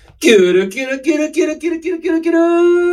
キュルキュルキュルキュルキュルキュルキュルキュル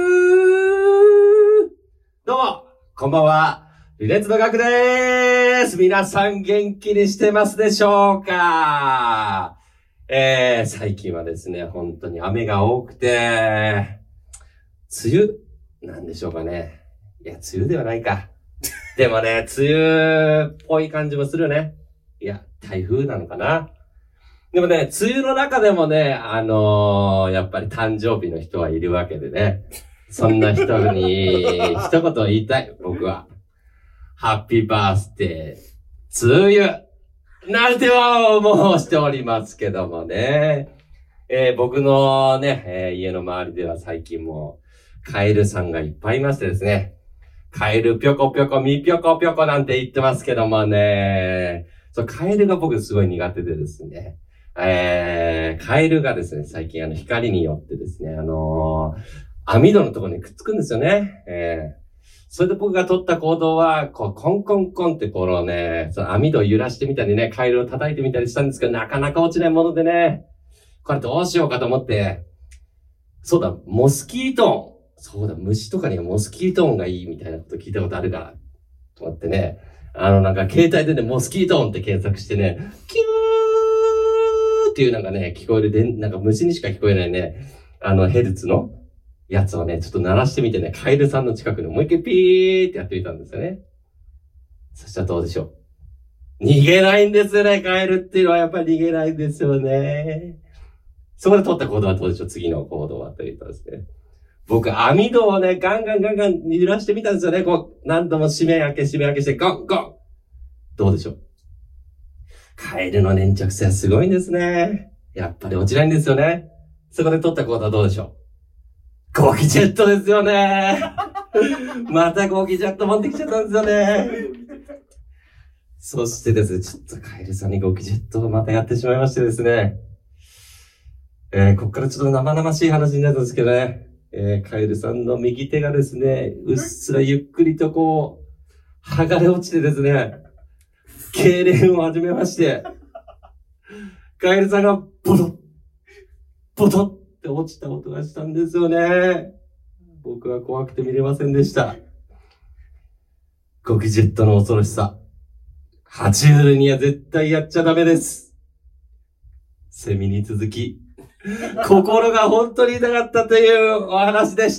どうも、こんばんは。リレッツのガクでーす。皆さん元気にしてますでしょうか？最近はですね、本当に雨が多くて、梅雨なんでしょうかね。いや、梅雨ではないか。でもね、梅雨っぽい感じもするね。いや、台風なのかな。でもね、梅雨の中でもね、やっぱり誕生日の人はいるわけでね。そんな人に一言言いたい、僕は。ハッピーバースデー、梅雨なんては申しておりますけどもね。僕のね、家の周りでは最近もカエルさんがいっぱいいましてですね。カエルぴょこぴょこ、みぴょこぴょこなんて言ってますけどもね。そう、カエルが僕すごい苦手でですね。カエルがですね、最近光によってですね、網戸のところにくっつくんですよね。それで僕が取った行動は、こう、コンコンコンってこのね、その網戸を揺らしてみたりね、カエルを叩いてみたりしたんですけど、なかなか落ちないものでね、これどうしようかと思って、そうだ、モスキート音。そうだ、虫とかにはモスキート音がいいみたいなこと聞いたことあるから、と思ってね、なんか携帯でね、モスキート音って検索してね、キューっていうなんかね、聞こえるなんか虫にしか聞こえないね、ヘルツのやつをね、ちょっと鳴らしてみてね、カエルさんの近くにもう一回ピーってやってみたんですよね。そしたらどうでしょう。逃げないんですよね、カエルっていうのはやっぱり逃げないんですよね。そこで取った行動はどうでしょう、次の行動はというとですね。僕、網戸をね、ガンガン揺らしてみたんですよね。こう、何度も閉め開けして、ゴンゴン。どうでしょう。カエルの粘着性はすごいんですね。やっぱり落ちないんですよね。そこで取った行動はどうでしょう。ゴキジェットですよね。またゴキジェット持ってきちゃったんですよね。そしてですね、ちょっとカエルさんにゴキジェットをまたやってしまいましてですね。こっからちょっと生々しい話になるんですけどね。カエルさんの右手がですね、うっすらゆっくりとこう、剥がれ落ちてですね、痙攣を始めまして、カエルさんがボトッ、ボトッって落ちた音がしたんですよね。僕は怖くて見れませんでした。ゴキジェットの恐ろしさ。爬虫類には絶対やっちゃダメです。セミに続き、心が本当に痛かったというお話でした。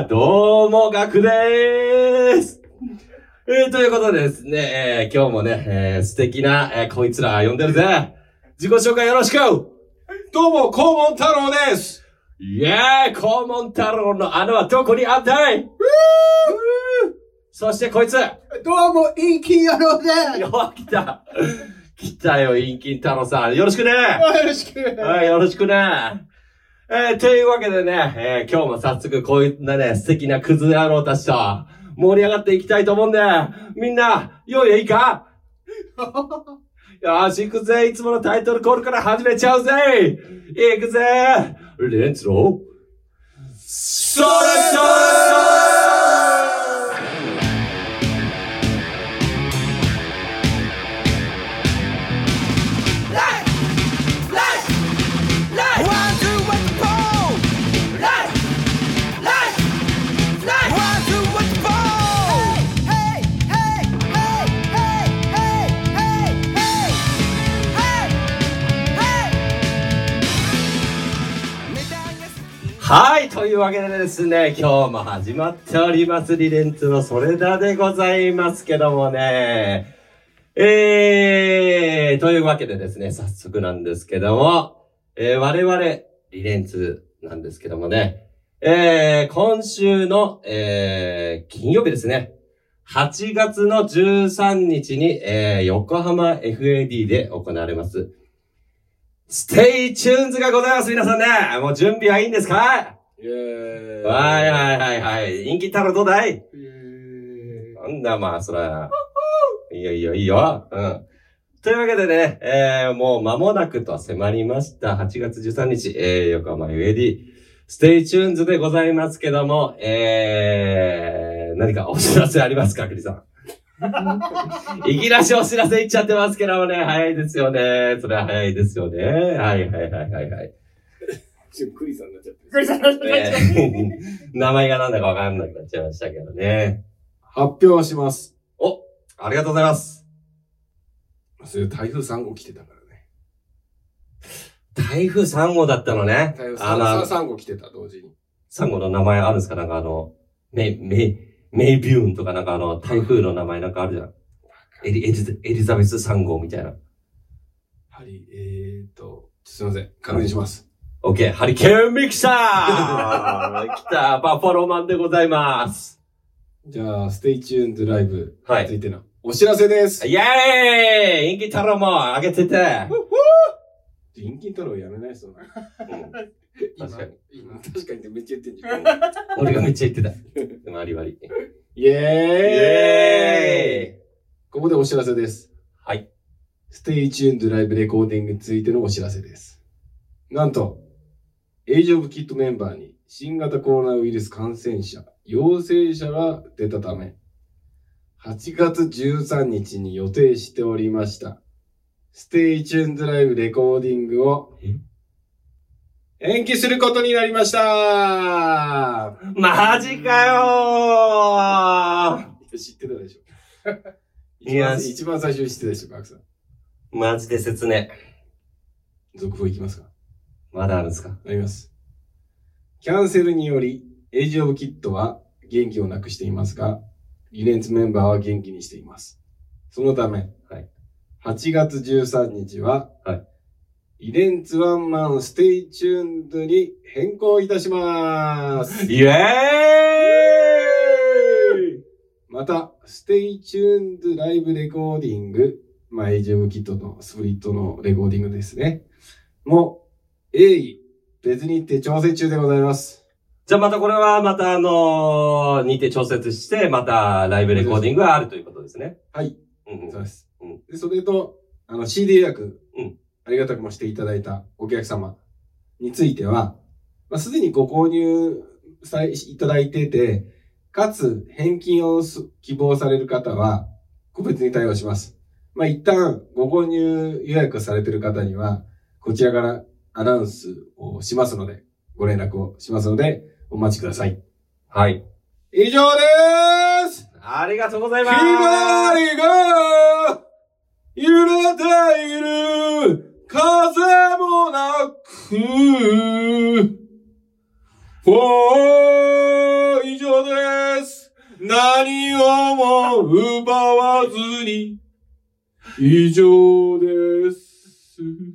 どうも、ガクでーす。ということでですね、今日もね、素敵な、こいつら呼んでるぜ。自己紹介よろしく。 どうも、コウモン太郎です。 イエーイ、コウモン太郎の穴はどこにあったい？そしてこいつ。 どうも、インキン野郎です。 来た。来たよ、インキン太郎さん。よろしくね。 よろしく。 はい、よろしくね。というわけでね、今日も早速こういったね、素敵なクズ野郎たちと盛り上がっていきたいと思うんで、みんな、用意いいか？よし、行くぜ。いつものタイトルコールから始めちゃうぜ。行くぜ。レッツロー。それはい、というわけでですね、今日も始まっております、リレンツのそれだでございますけどもね。というわけでですね、早速なんですけども、我々、リレンツなんですけどもね、今週の、金曜日ですね、8月の13日に、横浜 FAD で行われます、ステイチューンズがございます、皆さんね。もう準備はいいんですか？ イェーイ。 はい。インキ太郎どうだい？なんだまあ、そら。いいよ。うん。というわけでね、もう間もなくと迫りました。8月13日、横浜 UAD、ステイチューンズでございますけども、何かお知らせありますか、クリさん。いきなしお知らせ言っちゃってますけどもね、早いですよね。それは早いですよね。はい。 クリさんになっちゃってる。 クリさんの名前がなんだかわかんなくなっちゃいましたけどね。 発表します。 お、ありがとうございます。 それ台風3号来てたからね。 台風3号だったのね。 台風3号来てた、同時に。 3号の名前あるんですか？なんかメイビューンとかなんか台風の名前なんかあるじゃん。エリザベス3号みたいな。 すいません。確認します。 OK、ハリケーンミキサー来た、バッファローマンでございます。 じゃあ、ステイチューンズライブはいについてのお知らせです。 イェーイインキ太郎も上げてて。 インキ太郎やめないですよ。 確かに。 確かにってめっちゃ言ってんじゃん。 俺がめっちゃ言ってた。でもありわり。 イエーイここでお知らせです。 はい。 ステイチューンズライブレコーディングについてのお知らせです。なんと、エイジオブキッドメンバーに新型コロナウイルス感染者、陽性者が出たため、8月13日に予定しておりました。ステイチューンズライブレコーディングを延期することになりましたマジかよー知ってたでしょいや一番最初に知ってたでしょ、ガクさん。 マジで切ね。 続報いきますか？ まだあるんですか？ あります。キャンセルにより、エイジオブキッドは元気をなくしていますが、リレンツメンバーは元気にしています。そのため、 はい、 8月13日は、 はい、 リレンツワンマンステイチューンズに変更いたします。 イエーイまた、ステイチューンズライブレコーディング、エイジオブキッドのスプリットのレコーディングですね。もう、鋭意、別日程調整中でございます。 じゃあまたこれはまた日程調節して、またライブレコーディングがあるということですね。 はい。 うんうん、 そうです。うん、でそれと、CD 予約、 うん、 ありがたくもしていただいたお客様については、すでにご購入いただいてて、かつ返金を希望される方は、個別に対応します。一旦ご購入予約されている方には、こちらからアナウンスをしますので、ご連絡をしますので、お待ちください。 はい。 以上でーす。 ありがとうございます。 ひまわりが揺れている風もなく以上です。何をも奪わずに以上です。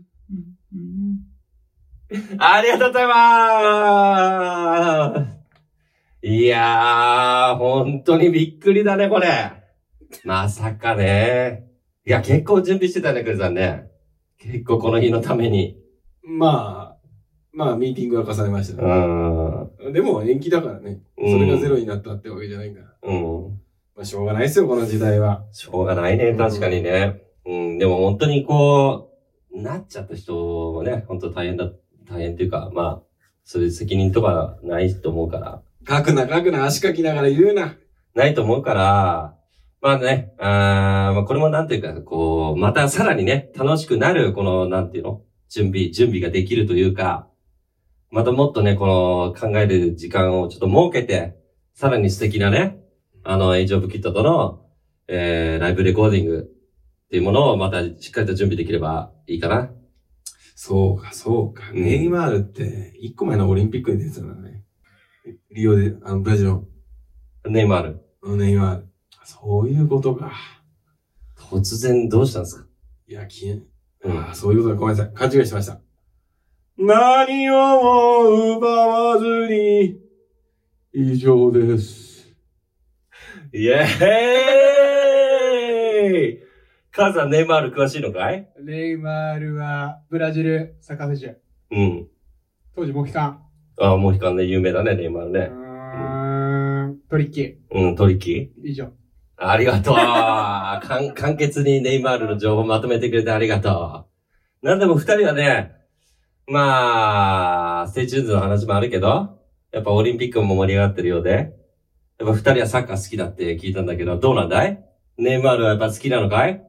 ありがとうございまーす。いやー、本当にびっくりだね、これ。まさかね。いや、結構準備してたね、クリさんね。結構この日のために。 ミーティングは重ねましたね。でも延期だからね。それがゼロになったってわけじゃないから。しょうがないですよ、この時代は。 しょうがないね、確かにね。でも本当になっちゃった人もね、本当大変っていうか、そういう責任とかないと思うから。 書くな、足かきながら言うな。 ないと思うから、これもなんていうか、またさらにね、楽しくなる、なんていうの準備ができるというか、またもっとね、考える時間をちょっと設けて、さらに素敵なね、エイジオブキッドとの、ライブレコーディングっていうものをまたしっかりと準備できればいいかな。 そうか。ネイマールって、一個前のオリンピックに出てたんだね。リオで、ブラジルの。 ネイマール。 ネイマール。そういうことか。 突然どうしたんですか？ いや、そういうことだ。ごめんなさい。勘違いしました。何をも奪わずに、以上です。 イェーイカズさん、ネイマール詳しいのかい？ ネイマールは、ブラジルサッカー選手。当時モヒカン。 モヒカンね、有名だね、ネイマールね。 トリッキー。トリッキー以上。 ありがとう簡潔にネイマールの情報まとめてくれてありがとう。なんでも二人はね、ステイチューンズの話もあるけど、やっぱオリンピックも盛り上がってるようで、やっぱ二人はサッカー好きだって聞いたんだけど、どうなんだい？ネイマールはやっぱ好きなのかい？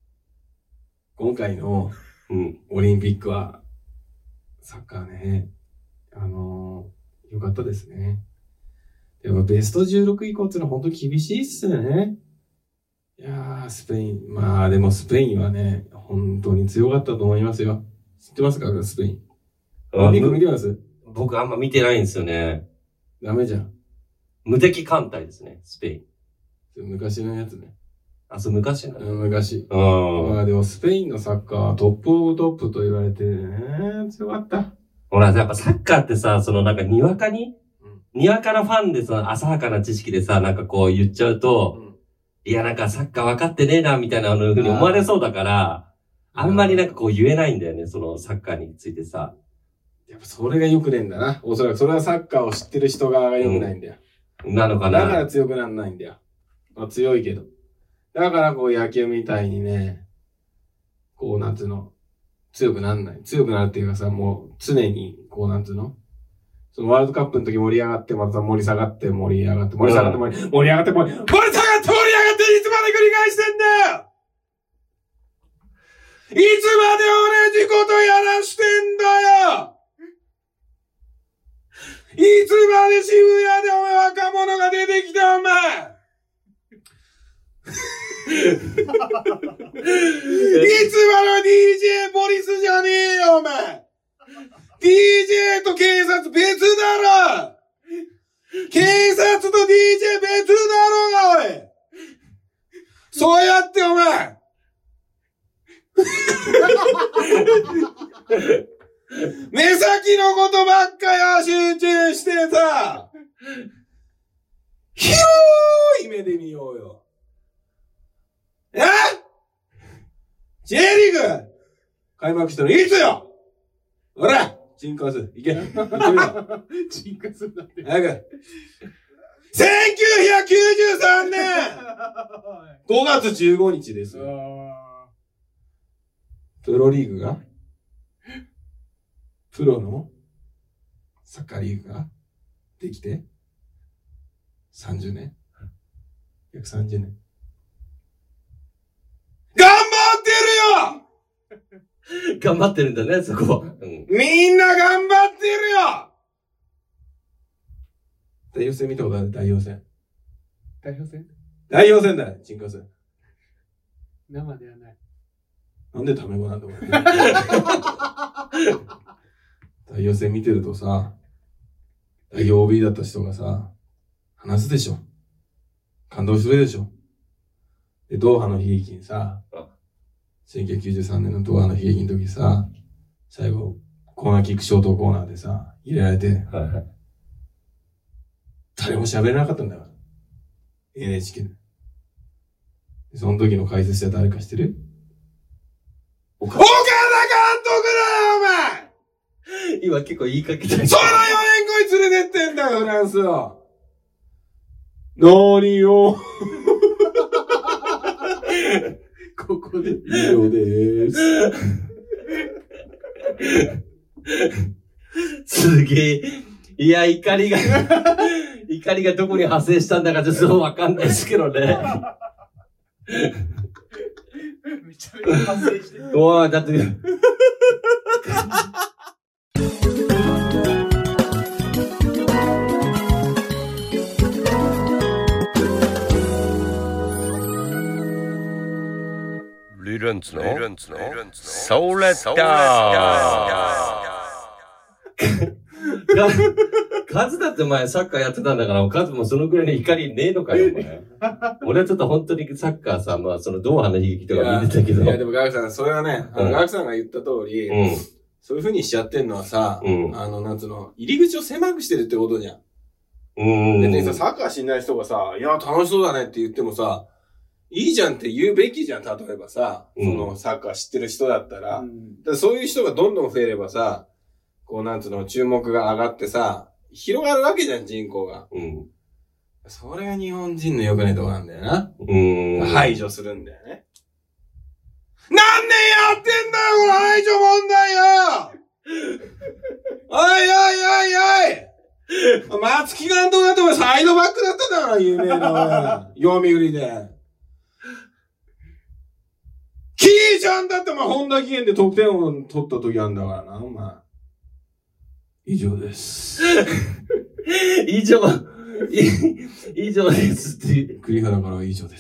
今回の、オリンピックは、サッカーね、 よかったですね。やっぱベスト16以降っていうのは本当に厳しいっすよね。いやー、スペイン。まあでもスペインはね、本当に強かったと思いますよ。知ってますかスペイン。オリンピック見てます？ 僕あんま見てないんですよね。 ダメじゃん。 無敵艦隊ですね、スペイン。 昔のやつね。 あ、そう、昔の。 昔。 まあでもスペインのサッカーはトップオブトップと言われてね、強かった。 ほら、やっぱサッカーってさ、なんかにわかなファンでさ、浅はかな知識でさ、なんかこう言っちゃうと、いや、なんかサッカー分かってねえな、みたいなふうに思われそうだから、あんまりなんかこう言えないんだよね、サッカーについてさ。 やっぱそれが良くねえんだな。おそらくそれはサッカーを知ってる人側が良くないんだよ。 なのかな。 だから強くなんないんだよ。強いけど。だからこう野球みたいにね、こうなんつうの、強くなんない。強くなるっていうかさ、もう常にこうなんつうの、そのワールドカップの時盛り上がって、また盛り下がって、盛り上がって、盛り下がって、盛り上がって、盛り下がって、盛り上がって、いつまで繰り返してんだよ！いつまで同じことやらしてんだよ！いつまで渋谷でお前若者が出てきたお前！いつまで DJ ポリスじゃねえよお前！ DJ と警察別だろ！警察と DJ 別だろうがおい！そうやってお前目先のことばっかや集中してさ、広い目で見ようよ。J リーグ開幕したのいつよ！ほらチンカス、行け。行ってみろ。 チンカスだって。 早く。1993年5月15日ですよ。プロリーグがプロのサッカーリーグができて30年約30年頑張ってるよ頑張ってるんだね、そこは。 みんな頑張ってるよ代表戦見たことある？代表戦。代表戦だよ、チンカス。 生ではない。 なんでタメ語なんだ、俺。代表戦見てるとさ、代表 OB だった人がさ、話すでしょ。感動するでしょ。で、ドーハの悲劇にさ、1993年のドーハの悲劇の時さ、最後、コーナーキックショートコーナーでさ、入れられて、誰も喋れなかったんだよ。NHK で。その時の解説者誰か知ってる？岡田監督だよ、お前！ 今結構言いかけた。その4年後に連れてってんだよ、フランスを。何をここで。 以上でーす。すげえ。いや、怒りがどこに派生したんだかちょっとわかんないですけどね。 めちゃめちゃ派生してる。 おい、だって。 リレンツのソーレッダーカズだってお前サッカーやってたんだから、カズもそのくらいの怒りねえのかよ、お前。俺はちょっと本当にサッカーさ、まあそのドーハの悲劇とか見てたけど。 いやでもガクさん、それはね、ガクさんが言った通り、そういう風にしちゃってんのはさ、なんつうの、入り口を狭くしてるってことじゃん。別にさ、サッカーしない人がさ、いや、楽しそうだねって言ってもさ、いいじゃんって言うべきじゃん、例えばさ、そのサッカー知ってる人だったら。だからそういう人がどんどん増えればさ、こうなんつうの、注目が上がってさ、広がるわけじゃん、人口が。それが日本人の良くないとこなんだよな。排除するんだよね。何年やってんだよ、この排除問題よおい松木監督だってお前サイドバックだったんだから、有名な読売で。キーちゃんだってお前本田記念で得点を取った時あんだからな、お前。 以上です。 以上ですって。 栗原からは以上です。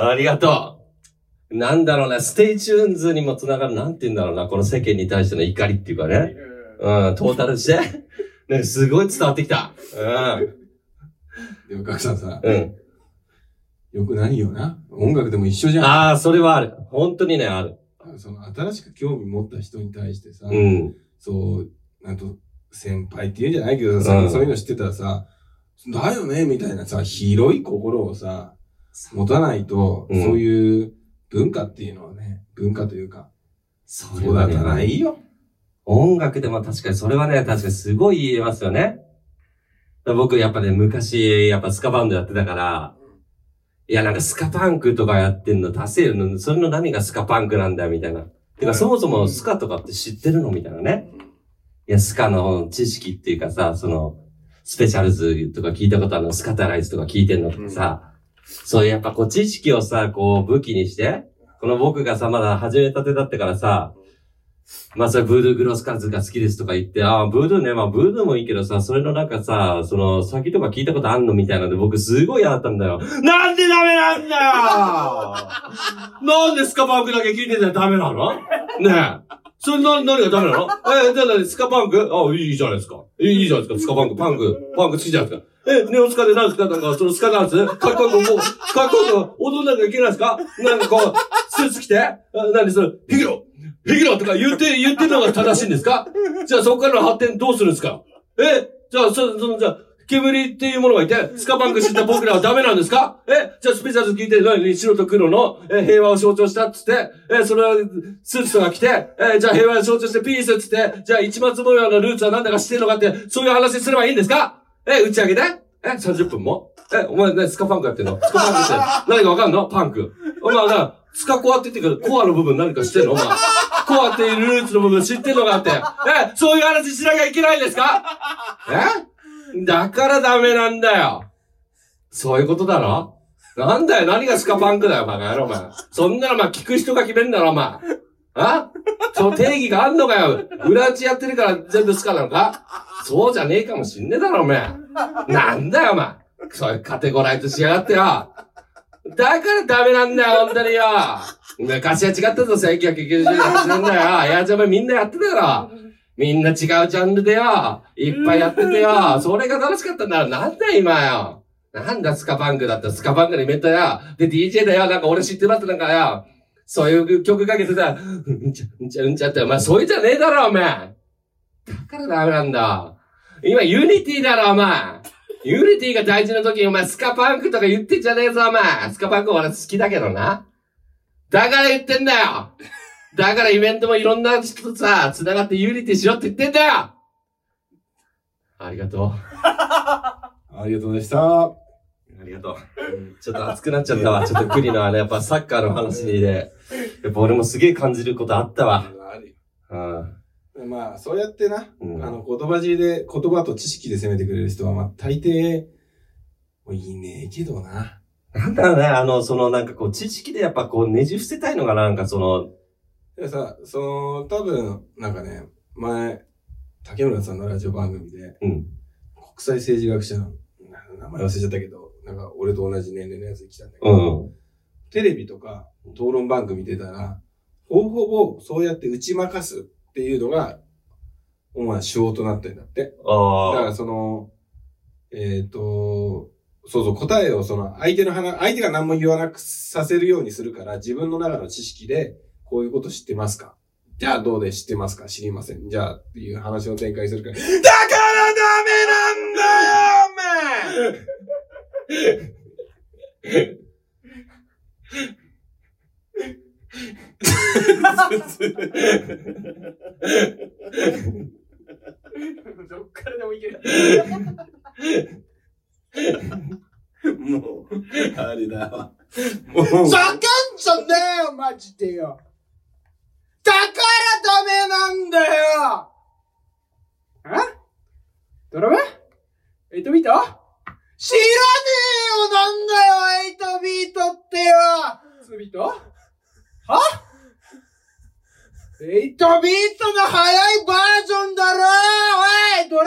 ありがとう。なんだろうな、ステイチューンズにもつながる、なんて言うんだろうな、この世間に対しての怒りっていうかね。うん、トータルして。ね、すごい伝わってきた。うん。 でも、格さんさ。 うん。 よく何よな。音楽でも一緒じゃん。 ああ、それはある。本当にね、ある。 その、新しく興味持った人に対してさ。 うん。 そう、なんと、先輩って言うんじゃないけどさ、そういうの知ってたらさ、だよねみたいなさ、広い心をさ、持たないと、そういう文化っていうのはね、文化というか、そうだったらいいよ。 音楽でも確かにそれはね、確かにすごい言えますよね。僕やっぱね、昔、やっぱスカバンドやってたから、いやなんかスカパンクとかやってんの達成の、それの何がスカパンクなんだよみたいな。てかそもそもスカとかって知ってるのみたいなね。いや、スカの知識っていうかさ、その、スペシャルズとか聞いたことあるの、スカタライズとか聞いてんのとかさ、そういうやっぱこう知識をさ、こう武器にして、この僕がさ、まだ始めたてだってからさ、まあそれブードゥーグロスカズが好きですとか言って、ああ、ブードゥーね、まあブードゥーもいいけどさ、それのなんかさ、その先とか聞いたことあんのみたいなので僕すごい嫌だったんだよ。なんでダメなんだよなんでスカパンクだけ聞いてたらダメなのねえ。それ何がダメなのじゃあスカパンクいいじゃないですか。いいじゃないですか、スカパンク、パンク好きじゃないですか。ネオスカで何ですかなんか、そのスカダンスかっこよく踊んなきゃいけないですかなんかこう、スーツ着て何それ、ヒギロとか言ってるのが正しいんですかじゃあそこからの発展どうするんですかじゃあ、じゃあ、煙っていうものがいて、スカパンク知った僕らはダメなんですかじゃあスペシャルズ聞いて、何白と黒の、平和を象徴したっつって、それは、スーツとか着て、じゃあ平和を象徴してピースっつって、じゃあ一末模様のルーツは何だか知ってるのかって、そういう話すればいいんですか打ち上げで30分もお前ね、スカパンクやってんのスカパンクって何かわかんのパンク。お前スカコアって言ってるけど、コアの部分何か知ってんのお前。コアっていうルーツの部分知ってんのかって。そういう話しなきゃいけないんですかだからダメなんだよ。そういうことだろなんだよ、何がスカパンクだよ、バカ野郎、お前。そんなの、聞く人が決めんだろ、お前。その定義があんのかよ。裏打ちやってるから全部スカなのかそうじゃねえかもしんねえだろ、お前。なんだよ、お前。そういうカテゴライズしやがってよ。だからダメなんだよ、ほんとによ。昔は違ったぞ、1990年なんだよ。いや、じゃあみんなやってたよ。みんな違うジャンルでよ。いっぱいやっててよ。それが楽しかったんだろ。なんだよ、今よ。なんだ、スカパンクだった。スカパンクのイベントよ。で、DJ だよ。なんか俺知ってますなんかよ。そういう曲かけてさ、うんちゃって。お前、そういうんじゃねえだろ、お前。だからダメなんだ。今、ユニティだろ、お前。ユニティが大事な時にお前スカパンクとか言ってんじゃねえぞお前。スカパンク俺好きだけどな。だから言ってんだよ。だからイベントもいろんな人とさ、繋がってユニティしろって言ってんだよ。ありがとう。 ありがとうでした。 ありがとう。ちょっと熱くなっちゃったわ。ちょっと栗のやっぱサッカーの話で、やっぱ俺もすげえ感じることあったわ。 まあ、そうやってな、言葉尻で、言葉と知識で攻めてくれる人は、大抵、もういねえけどな。 なんだろうね、なんかこう、知識でやっぱこう、ねじ伏せたいのがなんかでさ、多分、なんかね、前、竹村さんのラジオ番組で、国際政治学者の、名前忘れちゃったけど、なんか俺と同じ年齢のやつに来たんだけど、テレビとか討論番組出たら、ほぼそうやって打ち負かすっていうのが、主な手法となってんだって。だから答えを相手が何も言わなくさせるようにするから、自分の中の知識で、こういうこと知ってますか？じゃあどうで知ってますか？知りません。じゃあっていう話の展開するから、だからダメなんだよ、 どっからでもいける。 もう、あれだわ。 もう。ざけんじゃねえよ、マジでよ。だからダメなんだよ。ドラム？8ビート？知らねえよ、なんだよ、8ビートってよ。2ビート？は？ 8 ビートの速いバージョンだろ。おい、ド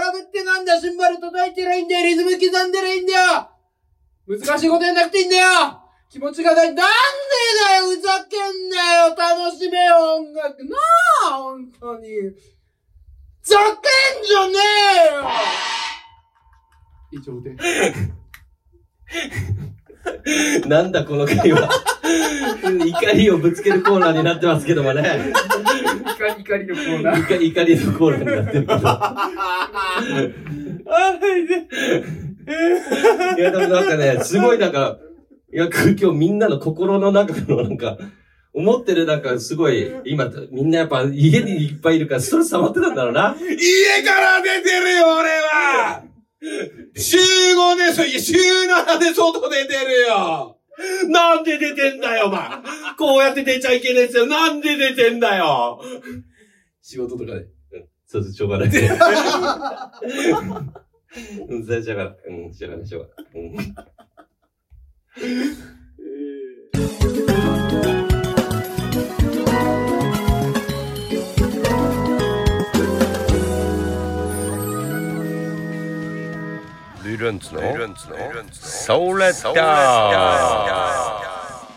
シンバル叩いてりゃいいんだよ。リズム刻んでりゃいいんだよ。難しいことやんなくていいんだよ。気持ちが大事。なんでだよ、ふざけんなよ。楽しめよ、音楽。なあ、本当に。ふざけんじゃねえよ。以上で。 なんだこの会話。怒りをぶつけるコーナーになってますけどもね。 怒りのコーナー。 怒りのコーナーになってるけど。いや、でもなんかね、すごいなんか、いや、今日みんなの心の中のなんか、思ってるなんかすごい、今、みんなやっぱ家にいっぱいいるからストレス溜まってたんだろうな。 家から出てるよ、俺は週5ですよ、週7で外出てるよ。 なんで出てんだよ、お前。こうやって出ちゃいけないですよ。なんで出てんだよ。 仕事とかで。 そうそう、しょうがない。うん、それしょうがない。うん、しょうがない、しょうがない。 リレンツのソーレッダー。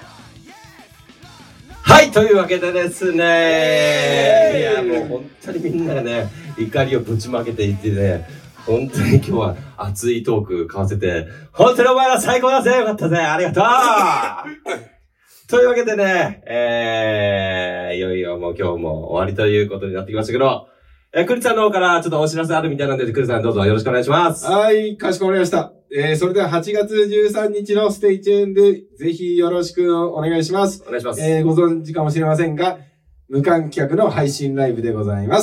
はい、というわけでですね。いや、もう本当にみんながね、怒りをぶちまけていってね、本当に今日は熱いトーク交わせて、本当にお前ら最高だぜ、よかったぜ、ありがとうというわけでね、いよいよもう今日も終わりということになってきましたけど、クリさんの方からちょっとお知らせあるみたいなんで、クリさんどうぞよろしくお願いします。 はい、かしこまりました。それでは8月13日のステイチューンでぜひよろしくお願いします。 お願いします。 ご存知かもしれませんが、無観客の配信ライブでございます。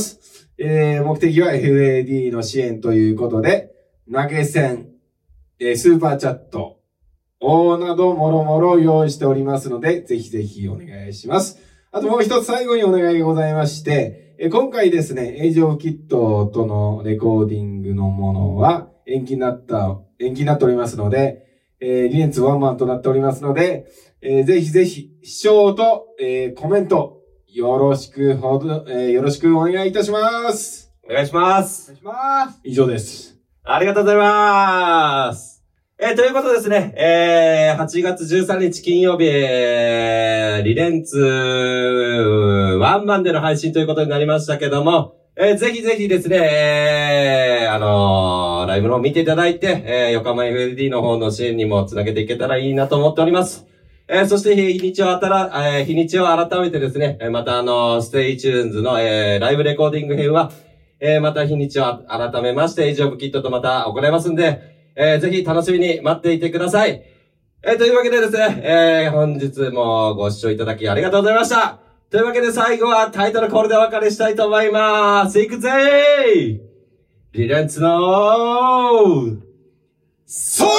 目的は FAD の支援ということで、投げ銭、スーパーチャット、などもろもろ用意しておりますので、ぜひぜひお願いします。あともう一つ最後にお願いがございまして、今回ですね、エイジオブキットとのレコーディングのものは延期になっておりますので、リレンツワンマンとなっておりますので、ぜひぜひ視聴と、コメントよろしくお願いいたします。 お願いします。 お願いします。 以上です。 ありがとうございます。ということですね、8月13日金曜日、リレンツワンマンでの配信ということになりましたけども、ぜひぜひですね、ライブの方見ていただいて、横浜 FLD の方の支援にもつなげていけたらいいなと思っております。そして日にちを改めてですね、またステイチューンズの、ライブレコーディング編は、また日にちを改めまして、エイジオブキットとまた行いますんで、ぜひ楽しみに待っていてください。というわけでですね、本日もご視聴いただきありがとうございました。というわけで最後はタイトルコールでお別れしたいと思います。いくぜーリレンツのソ